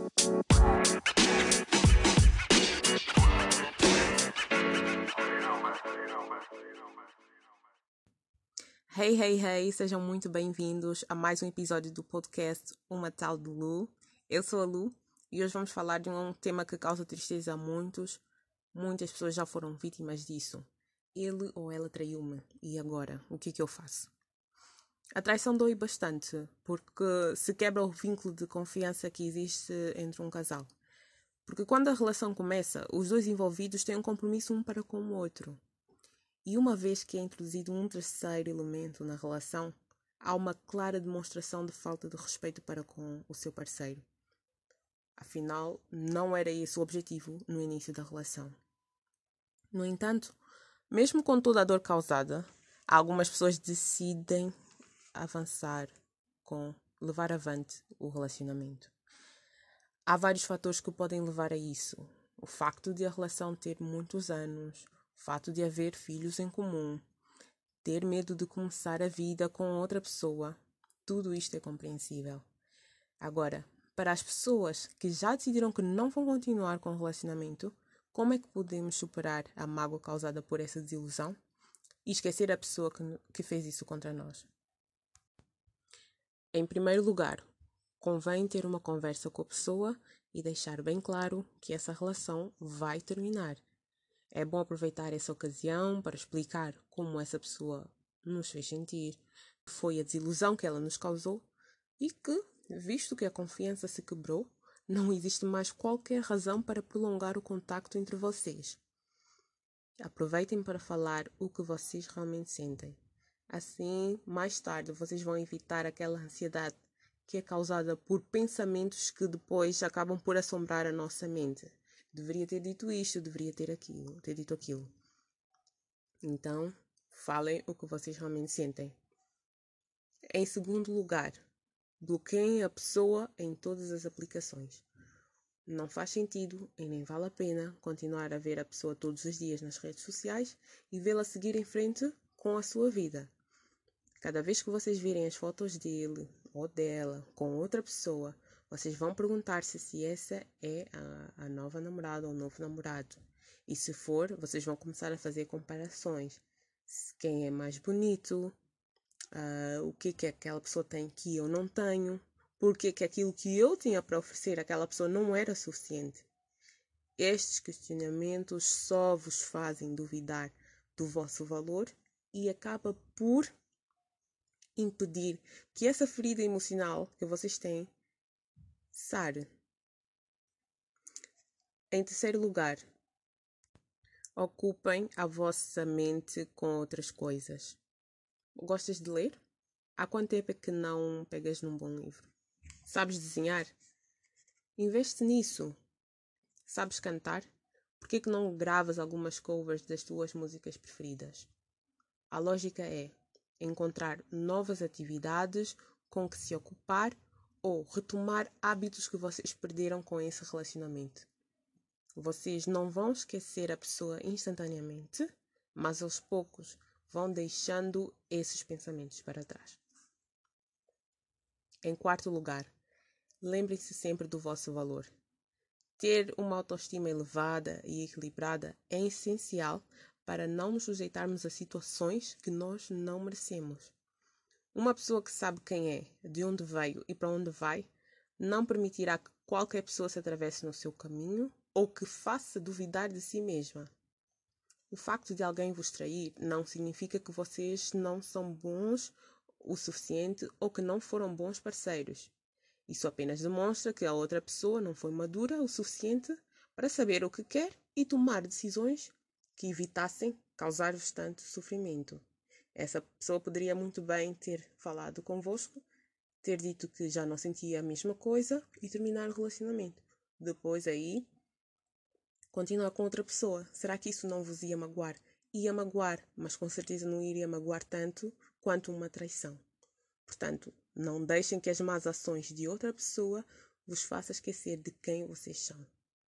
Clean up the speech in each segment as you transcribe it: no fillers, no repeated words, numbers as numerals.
Hey, hey, hey, sejam muito bem-vindos a mais um episódio do podcast Uma Tal de Lu. Eu sou a Lu e hoje vamos falar de um tema que causa tristeza a muitos. Muitas pessoas já foram vítimas disso. Ele ou ela traiu-me e agora, o que eu faço? A traição dói bastante porque se quebra o vínculo de confiança que existe entre um casal. Porque quando a relação começa, os dois envolvidos têm um compromisso um para com o outro. E uma vez que é introduzido um terceiro elemento na relação, há uma clara demonstração de falta de respeito para com o seu parceiro. Afinal, não era esse o objetivo no início da relação. No entanto, mesmo com toda a dor causada, algumas pessoas decidem avançar com levar avante o relacionamento. Há vários fatores que podem levar a isso. O facto de a relação ter muitos anos, o fato de haver filhos em comum, ter medo de começar a vida com outra pessoa, tudo isto é compreensível. Agora, para as pessoas que já decidiram que não vão continuar com o relacionamento, como é que podemos superar a mágoa causada por essa desilusão e esquecer a pessoa que fez isso contra nós? Em primeiro lugar, convém ter uma conversa com a pessoa e deixar bem claro que essa relação vai terminar. É bom aproveitar essa ocasião para explicar como essa pessoa nos fez sentir, que foi a desilusão que ela nos causou e que, visto que a confiança se quebrou, não existe mais qualquer razão para prolongar o contacto entre vocês. Aproveitem para falar o que vocês realmente sentem. Assim, mais tarde, vocês vão evitar aquela ansiedade que é causada por pensamentos que depois acabam por assombrar a nossa mente. Deveria ter dito isto, deveria ter dito aquilo. Então, falem o que vocês realmente sentem. Em segundo lugar, bloqueiem a pessoa em todas as aplicações. Não faz sentido e nem vale a pena continuar a ver a pessoa todos os dias nas redes sociais e vê-la seguir em frente com a sua vida. Cada vez que vocês virem as fotos dele ou dela com outra pessoa, vocês vão perguntar-se se essa é a nova namorada ou o novo namorado. E se for, vocês vão começar a fazer comparações. Quem é mais bonito, o que aquela pessoa tem que eu não tenho, porque que aquilo que eu tinha para oferecer àquela pessoa não era suficiente. Estes questionamentos só vos fazem duvidar do vosso valor e acaba por impedir que essa ferida emocional que vocês têm sare. Em terceiro lugar, ocupem a vossa mente com outras coisas. Gostas de ler? Há quanto tempo é que não pegas num bom livro? Sabes desenhar? Investe nisso. Sabes cantar? Por que não gravas algumas covers das tuas músicas preferidas? A lógica é encontrar novas atividades com que se ocupar ou retomar hábitos que vocês perderam com esse relacionamento. Vocês não vão esquecer a pessoa instantaneamente, mas aos poucos vão deixando esses pensamentos para trás. Em quarto lugar, lembrem-se sempre do vosso valor. Ter uma autoestima elevada e equilibrada é essencial para não nos sujeitarmos a situações que nós não merecemos. Uma pessoa que sabe quem é, de onde veio e para onde vai, não permitirá que qualquer pessoa se atravesse no seu caminho ou que faça duvidar de si mesma. O facto de alguém vos trair não significa que vocês não são bons o suficiente ou que não foram bons parceiros. Isso apenas demonstra que a outra pessoa não foi madura o suficiente para saber o que quer e tomar decisões que evitassem causar-vos tanto sofrimento. Essa pessoa poderia muito bem ter falado convosco, ter dito que já não sentia a mesma coisa e terminar o relacionamento. Depois aí, continuar com outra pessoa. Será que isso não vos ia magoar? Ia magoar, mas com certeza não iria magoar tanto quanto uma traição. Portanto, não deixem que as más ações de outra pessoa vos façam esquecer de quem vocês são.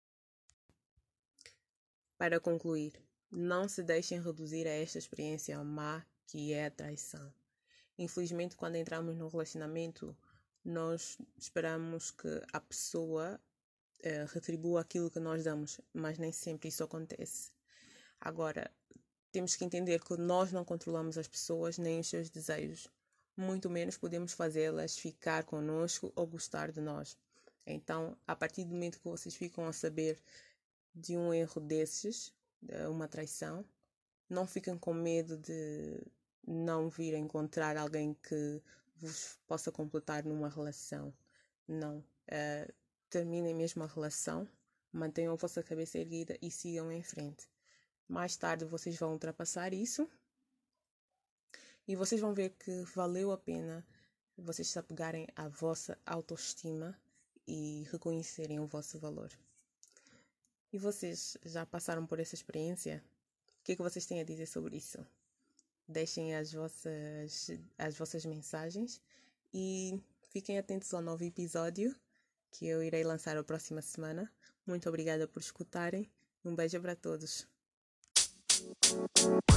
Para concluir, não se deixem reduzir a esta experiência má que é a traição. Infelizmente, quando entramos no relacionamento, nós esperamos que a pessoa retribua aquilo que nós damos, mas nem sempre isso acontece. Agora, temos que entender que nós não controlamos as pessoas nem os seus desejos, muito menos podemos fazê-las ficar conosco ou gostar de nós. Então, a partir do momento que vocês ficam a saber de um erro desses, uma traição, não fiquem com medo de não vir a encontrar alguém que vos possa completar numa relação. Não. Terminem mesmo a relação, mantenham a vossa cabeça erguida e sigam em frente. Mais tarde vocês vão ultrapassar isso e vocês vão ver que valeu a pena vocês se apegarem à vossa autoestima e reconhecerem o vosso valor. E vocês já passaram por essa experiência? O que é que vocês têm a dizer sobre isso? Deixem as vossas mensagens e fiquem atentos ao novo episódio que eu irei lançar a próxima semana. Muito obrigada por escutarem. Um beijo para todos.